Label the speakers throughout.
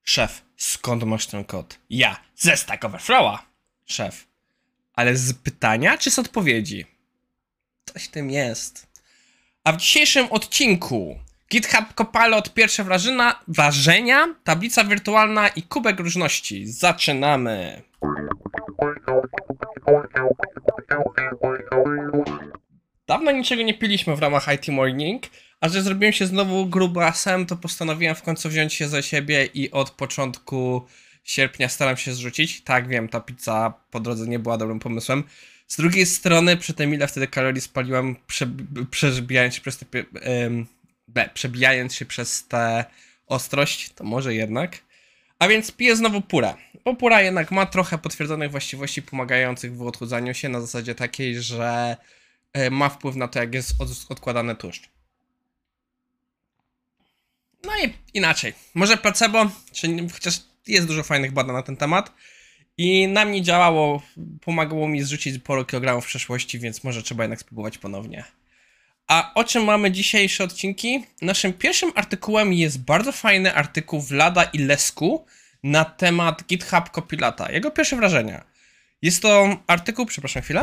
Speaker 1: Szef, skąd masz ten kod? Ja, ze Stack Overflowa. Szef, ale z pytania czy z odpowiedzi? Coś w tym jest. A w dzisiejszym odcinku GitHub Copilot, pierwsze wrażenia, tablica wirtualna i kubek różności. Zaczynamy! Dawno niczego nie piliśmy w ramach IT Morning, a że zrobiłem się znowu grubasem, to postanowiłem w końcu wziąć się za siebie i od początku sierpnia staram się zrzucić. Tak, wiem, ta pizza po drodze nie była dobrym pomysłem. Z drugiej strony, przy tym ile wtedy kalorii spaliłem, przebijając się przez tę ostrość, to może jednak. A więc piję znowu purę. Bo pura jednak ma trochę potwierdzonych właściwości pomagających w odchudzaniu się na zasadzie takiej, że ma wpływ na to, jak jest odkładany tłuszcz. No i inaczej. Może placebo, chociaż jest dużo fajnych badań na ten temat. I na mnie działało, pomagało mi zrzucić sporo kilogramów w przeszłości, więc może trzeba jednak spróbować ponownie. A o czym mamy dzisiejsze odcinki? Naszym pierwszym artykułem jest bardzo fajny artykuł Vlada i Lesku na temat GitHub Copilota. Jego pierwsze wrażenia. Jest to artykuł, przepraszam chwilę.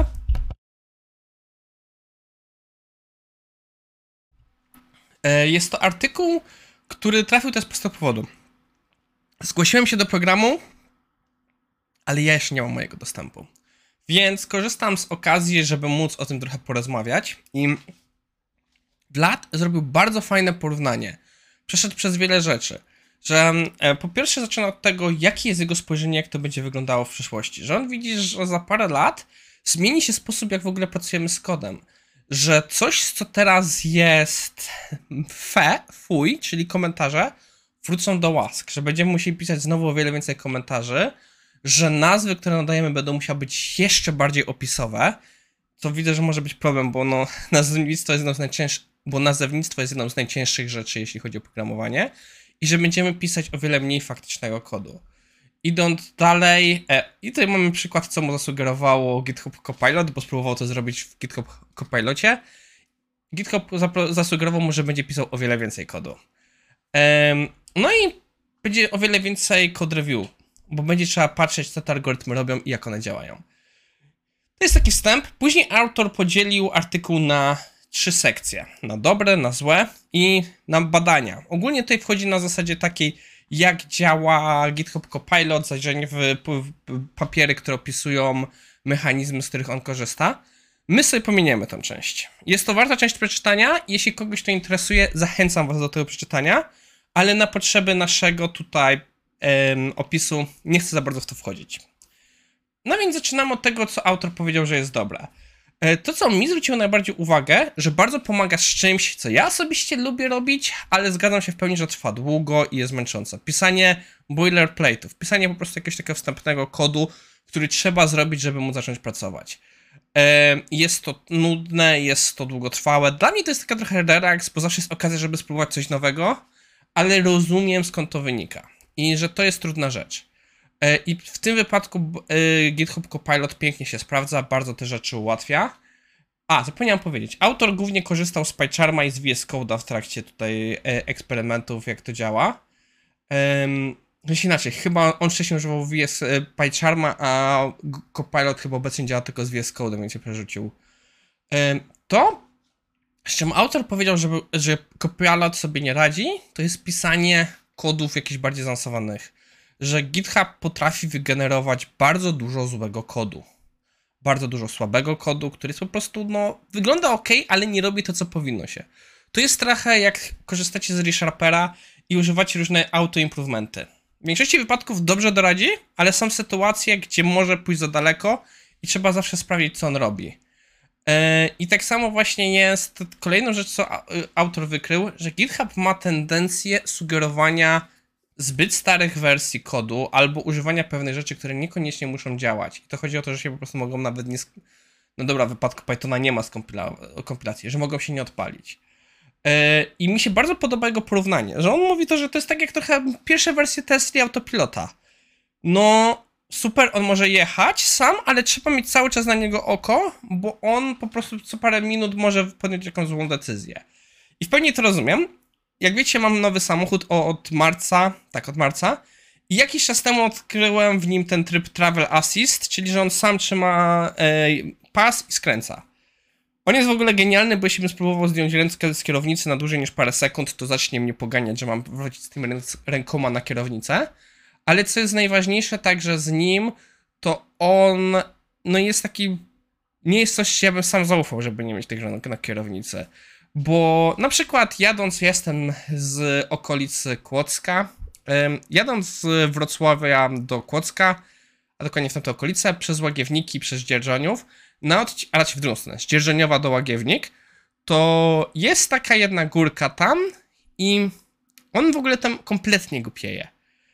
Speaker 1: Jest to artykuł, który trafił też z prostego powodu. Zgłosiłem się do programu, ale ja jeszcze nie mam mojego dostępu. Więc korzystam z okazji, żeby móc o tym trochę porozmawiać. I Vlad zrobił bardzo fajne porównanie. Przeszedł przez wiele rzeczy. Że po pierwsze zaczyna od tego, jakie jest jego spojrzenie, jak to będzie wyglądało w przyszłości. Że on widzi, że za parę lat zmieni się sposób, jak w ogóle pracujemy z kodem. Że coś, co teraz jest fuj, czyli komentarze, wrócą do łask. Że będziemy musieli pisać znowu o wiele więcej komentarzy. Że nazwy, które nadajemy, będą musiały być jeszcze bardziej opisowe. To widzę, że może być problem, bo nazewnictwo jest jedną z najcięższych rzeczy, jeśli chodzi o programowanie. I że będziemy pisać o wiele mniej faktycznego kodu. Idąc dalej, i tutaj mamy przykład, co mu zasugerowało GitHub Copilot, bo spróbował to zrobić w GitHub Copilocie. GitHub zasugerował mu, że będzie pisał o wiele więcej kodu. No i będzie o wiele więcej code review, bo będzie trzeba patrzeć, co te algorytmy robią i jak one działają. To jest taki wstęp. Później autor podzielił artykuł na 3 sekcje. Na dobre, na złe i na badania. Ogólnie tutaj wchodzi na zasadzie takiej, jak działa GitHub Copilot, zajrzenie w papiery, które opisują mechanizmy, z których on korzysta. My sobie pominiemy tę część. Jest to warta część przeczytania. Jeśli kogoś to interesuje, zachęcam was do tego przeczytania, ale na potrzeby naszego tutaj opisu nie chcę za bardzo w to wchodzić. No więc zaczynamy od tego, co autor powiedział, że jest dobre. To, co mi zwróciło najbardziej uwagę, że bardzo pomaga z czymś, co ja osobiście lubię robić, ale zgadzam się w pełni, że trwa długo i jest męczące. Pisanie boilerplate'ów, pisanie po prostu jakiegoś takiego wstępnego kodu, który trzeba zrobić, żeby móc zacząć pracować. Jest to nudne, jest to długotrwałe. Dla mnie to jest taka trochę relaks, bo zawsze jest okazja, żeby spróbować coś nowego, ale rozumiem, skąd to wynika i że to jest trudna rzecz. I w tym wypadku GitHub Copilot pięknie się sprawdza, bardzo te rzeczy ułatwia. Zapomniałem powiedzieć, autor głównie korzystał z PyCharma i z VS Code'a w trakcie tutaj eksperymentów, jak to działa. Inaczej, chyba on wcześniej używał PyCharma, a Copilot chyba obecnie działa tylko z VS Code'em, więc się przerzucił. To, z czym autor powiedział, że Copilot sobie nie radzi, to jest pisanie kodów jakichś bardziej zaawansowanych. Że GitHub potrafi wygenerować bardzo dużo złego kodu. Bardzo dużo słabego kodu, który jest po prostu, wygląda ok, ale nie robi to, co powinno się. To jest trochę jak korzystacie z ReSharpera i używacie różne auto-improvementy. W większości wypadków dobrze doradzi, ale są sytuacje, gdzie może pójść za daleko i trzeba zawsze sprawdzić, co on robi. I tak samo właśnie jest kolejną rzecz, co autor wykrył, że GitHub ma tendencję sugerowania zbyt starych wersji kodu albo używania pewnych rzeczy, które niekoniecznie muszą działać. I to chodzi o to, że się po prostu mogą nawet nie... No dobra, w wypadku Pythona nie ma kompilacji, że mogą się nie odpalić. I mi się bardzo podoba jego porównanie, że on mówi to, że to jest tak jak trochę pierwsze wersje Tesla autopilota. Super, on może jechać sam, ale trzeba mieć cały czas na niego oko, bo on po prostu co parę minut może podjąć jakąś złą decyzję. I w pełni to rozumiem. Jak wiecie, mam nowy samochód od marca, I jakiś czas temu odkryłem w nim ten tryb Travel Assist, czyli że on sam trzyma pas i skręca. On jest w ogóle genialny, bo jeśli bym spróbował zdjąć rękę z kierownicy na dłużej niż parę sekund, to zacznie mnie poganiać, że mam wrócić z tymi rękoma na kierownicę. Ale co jest najważniejsze także z nim, to on no jest taki... Nie jest coś, ja bym sam zaufał, żeby nie mieć tych rąk na kierownicy. Bo na przykład jadąc, jestem z okolicy Kłodzka, jadąc z Wrocławia do Kłodzka, a dokładnie w tamte okolice, przez Łagiewniki, przez Dzierżoniów, a raczej w drugą stronę, z Dzierżoniowa do Łagiewnik, to jest taka jedna górka tam i on w ogóle tam kompletnie głupieje.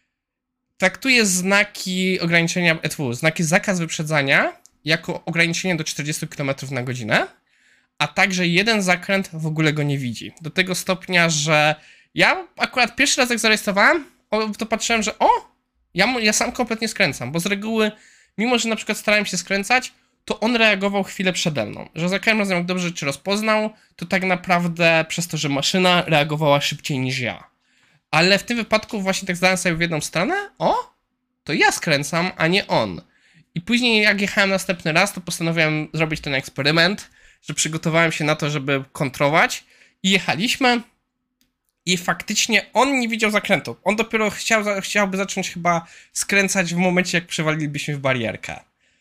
Speaker 1: Traktuje znaki ograniczenia, znaki zakaz wyprzedzania jako ograniczenie do 40 km na godzinę, a także jeden zakręt w ogóle go nie widzi. Do tego stopnia, że ja akurat pierwszy raz jak zarejestrowałem, to patrzyłem, że ja sam kompletnie skręcam, bo z reguły, mimo że na przykład starałem się skręcać, to on reagował chwilę przede mną. Że za każdym razem jak dobrze rzeczy rozpoznał, to tak naprawdę przez to, że maszyna reagowała szybciej niż ja. Ale w tym wypadku właśnie tak zdałem sobie w jedną stronę, to ja skręcam, a nie on. I później jak jechałem następny raz, to postanowiłem zrobić ten eksperyment, że przygotowałem się na to, żeby kontrować i jechaliśmy i faktycznie on nie widział zakrętu. On dopiero chciałby zacząć chyba skręcać w momencie, jak przewalilibyśmy w barierkę.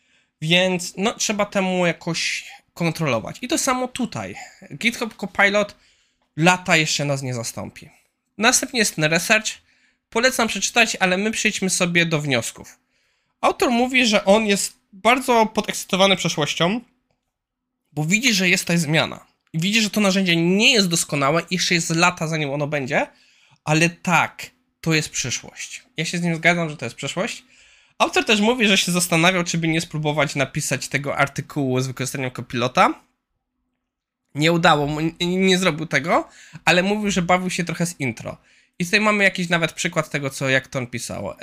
Speaker 1: Więc no trzeba temu jakoś kontrolować. I to samo tutaj. GitHub Copilot lata jeszcze nas nie zastąpi. Następnie jest ten research. Polecam przeczytać, ale my przejdźmy sobie do wniosków. Autor mówi, że on jest bardzo podekscytowany przeszłością, bo widzi, że jest tutaj zmiana. I widzi, że to narzędzie nie jest doskonałe, jeszcze jest lata, zanim ono będzie, ale tak, to jest przyszłość. Ja się z nim zgadzam, że to jest przyszłość. Autor też mówi, że się zastanawiał, czy by nie spróbować napisać tego artykułu z wykorzystaniem Copilota. Nie udało mu, nie zrobił tego, ale mówił, że bawił się trochę z intro. I tutaj mamy jakiś nawet przykład tego, jak to on pisał.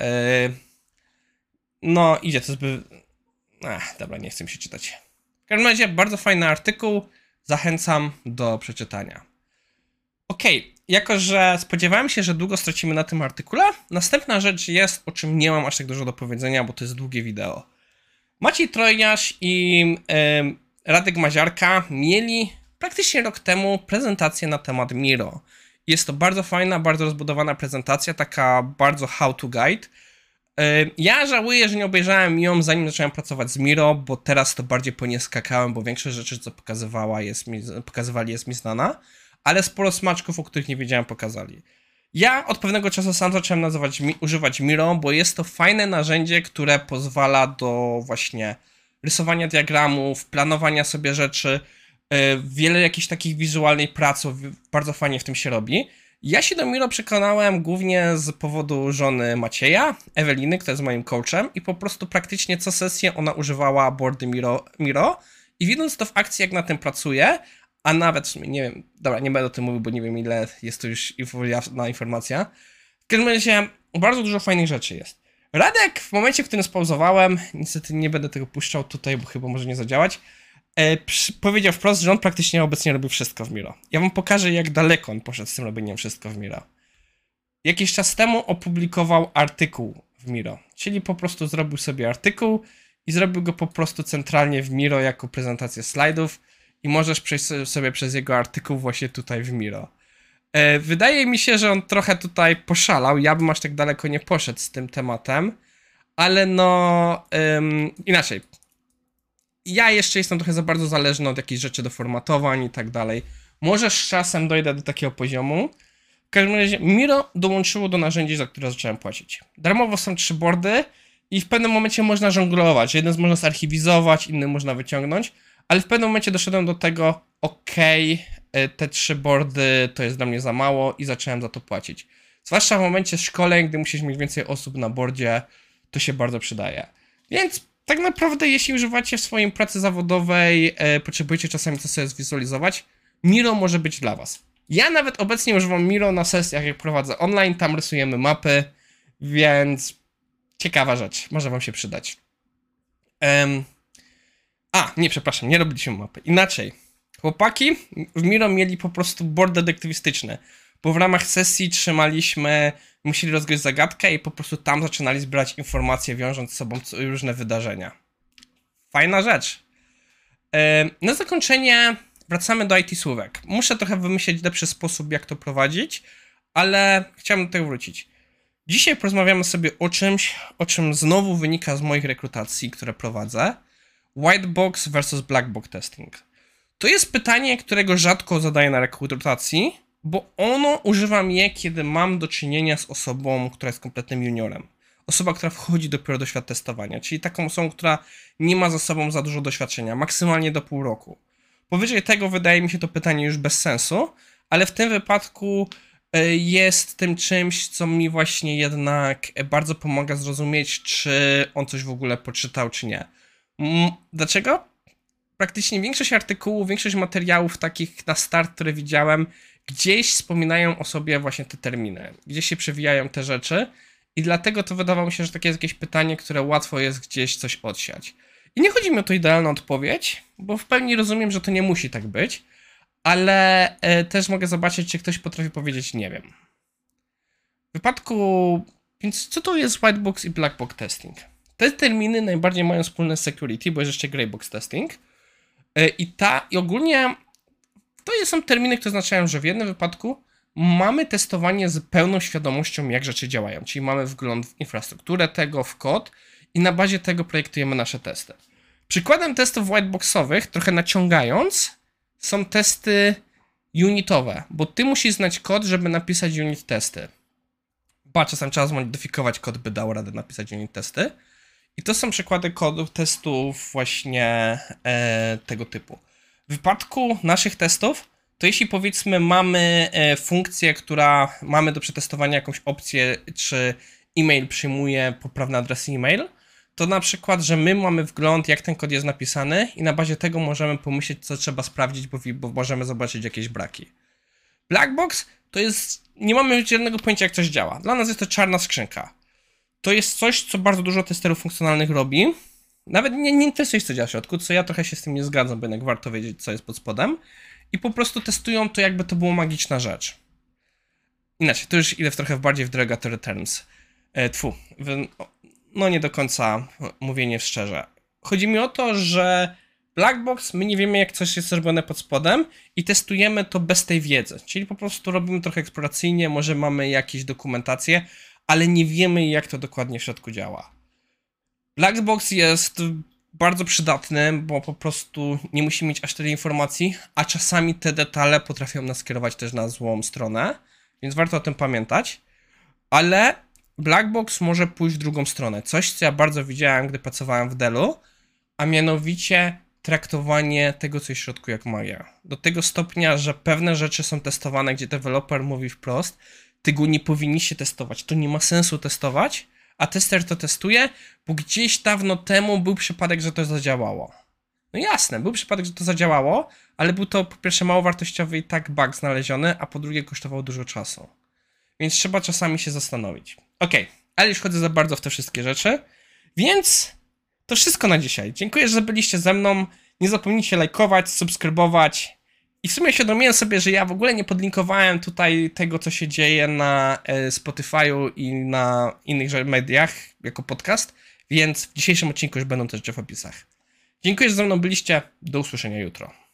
Speaker 1: No, idzie to zbyt... dobra, nie chcę mi się czytać. W każdym razie, bardzo fajny artykuł. Zachęcam do przeczytania. Okej, jako że spodziewałem się, że długo stracimy na tym artykule, następna rzecz jest, o czym nie mam aż tak dużo do powiedzenia, bo to jest długie wideo. Maciej Trojniarz i Radek Maziarka mieli praktycznie rok temu prezentację na temat Miro. Jest to bardzo fajna, bardzo rozbudowana prezentacja, taka bardzo how to guide. Ja żałuję, że nie obejrzałem ją zanim zacząłem pracować z Miro, bo teraz to bardziej po nie skakałem, bo większość rzeczy, co pokazywali jest mi znana, ale sporo smaczków, o których nie wiedziałem, pokazali. Ja od pewnego czasu sam zacząłem używać Miro, bo jest to fajne narzędzie, które pozwala do właśnie rysowania diagramów, planowania sobie rzeczy, wiele jakichś takich wizualnej pracy, bardzo fajnie w tym się robi. Ja się do Miro przekonałem głównie z powodu żony Macieja, Eweliny, która jest moim coachem i po prostu praktycznie co sesję ona używała boardy Miro i widząc to w akcji, jak na tym pracuje, a nawet w sumie, nie wiem, dobra, nie będę o tym mówił, bo nie wiem ile jest to już jawna informacja. W każdym razie bardzo dużo fajnych rzeczy jest. Radek w momencie, w którym spauzowałem, niestety nie będę tego puszczał tutaj, bo chyba może nie zadziałać, powiedział wprost, że on praktycznie obecnie robi wszystko w Miro. Ja wam pokażę, jak daleko on poszedł z tym robieniem wszystko w Miro. Jakiś czas temu opublikował artykuł w Miro, czyli po prostu zrobił sobie artykuł i zrobił go po prostu centralnie w Miro jako prezentację slajdów i możesz przejść sobie przez jego artykuł właśnie tutaj w Miro. Wydaje mi się, że on trochę tutaj poszalał, ja bym aż tak daleko nie poszedł z tym tematem, ale no inaczej. Ja jeszcze jestem trochę za bardzo zależny od jakichś rzeczy do formatowań i tak dalej. Może z czasem dojdę do takiego poziomu. W każdym razie Miro dołączyło do narzędzi, za które zacząłem płacić. Darmowo są 3 boardy i w pewnym momencie można żonglować. Jeden można zarchiwizować, inny można wyciągnąć, ale w pewnym momencie doszedłem do tego, te 3 boardy to jest dla mnie za mało i zacząłem za to płacić. Zwłaszcza w momencie szkoleń, gdy musisz mieć więcej osób na boardzie, to się bardzo przydaje. Więc tak naprawdę, jeśli używacie w swojej pracy zawodowej, potrzebujecie czasami to sobie zwizualizować, Miro może być dla was. Ja nawet obecnie używam Miro na sesjach, jak prowadzę online, tam rysujemy mapy, więc ciekawa rzecz, może wam się przydać. Nie, przepraszam, nie robiliśmy mapy. Inaczej. Chłopaki w Miro mieli po prostu board detektywistyczny. bo w ramach sesji musieli rozgryźć zagadkę i po prostu tam zaczynali zbierać informacje, wiążąc z sobą różne wydarzenia. Fajna rzecz. Na zakończenie wracamy do IT słówek. Muszę trochę wymyślić lepszy sposób, jak to prowadzić, ale chciałbym do tego wrócić. Dzisiaj porozmawiamy sobie o czym znowu wynika z moich rekrutacji, które prowadzę. White box versus black box testing. To jest pytanie, którego rzadko zadaję na rekrutacji, bo używam je, kiedy mam do czynienia z osobą, która jest kompletnym juniorem. Osoba, która wchodzi dopiero do świata testowania, czyli taką osobą, która nie ma za sobą za dużo doświadczenia, maksymalnie do pół roku. Powyżej tego wydaje mi się to pytanie już bez sensu, ale w tym wypadku jest tym czymś, co mi właśnie jednak bardzo pomaga zrozumieć, czy on coś w ogóle poczytał, czy nie. Dlaczego? Praktycznie większość artykułów, większość materiałów takich na start, które widziałem, gdzieś wspominają o sobie właśnie te terminy, gdzieś się przewijają te rzeczy i dlatego to wydawało mi się, że takie jest jakieś pytanie, które łatwo jest gdzieś coś odsiać. I nie chodzi mi o to idealną odpowiedź, bo w pełni rozumiem, że to nie musi tak być, ale też mogę zobaczyć, czy ktoś potrafi powiedzieć nie wiem. W wypadku... Więc co to jest white box i black box testing? Te terminy najbardziej mają wspólne z security, bo jest jeszcze grey box testing. I ogólnie to są terminy, które oznaczają, że w jednym wypadku mamy testowanie z pełną świadomością, jak rzeczy działają. Czyli mamy wgląd w infrastrukturę tego, w kod i na bazie tego projektujemy nasze testy. Przykładem testów whiteboxowych, trochę naciągając, są testy unitowe, bo ty musisz znać kod, żeby napisać unit testy. Czasem trzeba zmodyfikować kod, by dał radę napisać unit testy. I to są przykłady kodów testów właśnie tego typu. W wypadku naszych testów, to jeśli powiedzmy mamy funkcję, mamy do przetestowania jakąś opcję, czy e-mail przyjmuje poprawny adres e-mail, to na przykład, że my mamy wgląd, jak ten kod jest napisany i na bazie tego możemy pomyśleć, co trzeba sprawdzić, bo możemy zobaczyć jakieś braki. Blackbox to jest, nie mamy żadnego pojęcia, jak coś działa. Dla nas jest to czarna skrzynka. To jest coś, co bardzo dużo testerów funkcjonalnych robi. Nawet nie interesuje się, co działa w środku, co ja trochę się z tym nie zgadzam, bo jednak warto wiedzieć, co jest pod spodem. I po prostu testują to, jakby to była magiczna rzecz. Inaczej, to już idę trochę bardziej w derogatory terms. No nie do końca mówienie szczerze. Chodzi mi o to, że Blackbox, my nie wiemy, jak coś jest zrobione pod spodem i testujemy to bez tej wiedzy. Czyli po prostu robimy trochę eksploracyjnie, może mamy jakieś dokumentacje, ale nie wiemy, jak to dokładnie w środku działa. Blackbox jest bardzo przydatny, bo po prostu nie musimy mieć aż tyle informacji, a czasami te detale potrafią nas kierować też na złą stronę, więc warto o tym pamiętać. Ale Blackbox może pójść w drugą stronę. Coś, co ja bardzo widziałem, gdy pracowałem w Dellu, a mianowicie traktowanie tego, co jest w środku, jak magia. Do tego stopnia, że pewne rzeczy są testowane, gdzie deweloper mówi wprost, tego nie powinniście testować, to nie ma sensu testować, a tester to testuje, bo gdzieś dawno temu był przypadek, że to zadziałało. No jasne, był przypadek, że to zadziałało, ale był to po pierwsze mało wartościowy i tak bug znaleziony, a po drugie kosztował dużo czasu. Więc trzeba czasami się zastanowić. Okej, ale już chodzę za bardzo w te wszystkie rzeczy, więc to wszystko na dzisiaj. Dziękuję, że byliście ze mną. Nie zapomnijcie lajkować, subskrybować. I w sumie świadomiłem sobie, że ja w ogóle nie podlinkowałem tutaj tego, co się dzieje na Spotify'u i na innych mediach jako podcast, więc w dzisiejszym odcinku już będą też w opisach. Dziękuję, że ze mną byliście. Do usłyszenia jutro.